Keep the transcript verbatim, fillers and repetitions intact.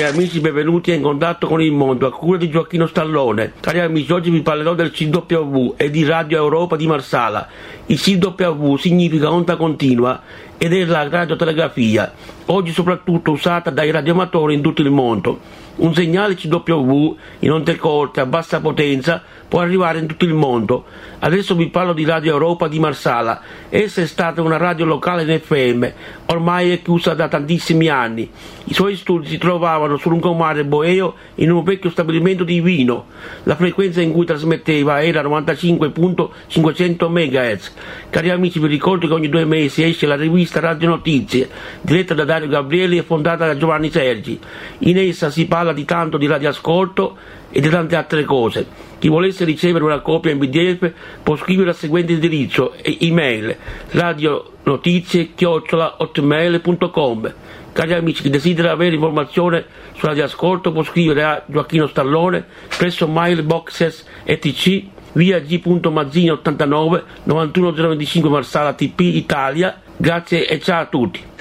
amici, benvenuti in contatto con il mondo, a cura di Gioacchino Stallone. Cari amici, oggi vi parlerò del C W V e di Radio Europa di Marsala. Il C W V significa onda continua ed è la radiotelegrafia, oggi soprattutto usata dai radioamatori in tutto il mondo. Un segnale C W V in onde corte a bassa potenza può arrivare in tutto il mondo. Adesso vi parlo di Radio Europa di Marsala. Essa è stata una radio locale in F M, ormai è chiusa da tantissimi anni. I suoi studi si trovavano sul lungomare Boeo in un vecchio stabilimento di vino. La frequenza in cui trasmetteva era novantacinque virgola cinquecento megahertz. Cari amici, vi ricordo che ogni due mesi esce la rivista Radio Notizie, diretta da Dario Gabrieli e fondata da Giovanni Sergi. In essa si parla di tanto di radioascolto e di tante altre cose. Chi volesse ricevere una copia in P D F può scrivere al seguente indirizzo: email radionotizie chiocciola hotmail punto com. Cari amici, chi desidera avere informazione su radioascolto può scrivere a Gioacchino Stallone presso Mailboxes E T C, via G. Mazzini ottantanove novantuno zero venticinque Marsala T P Italia. Grazie e ciao a tutti.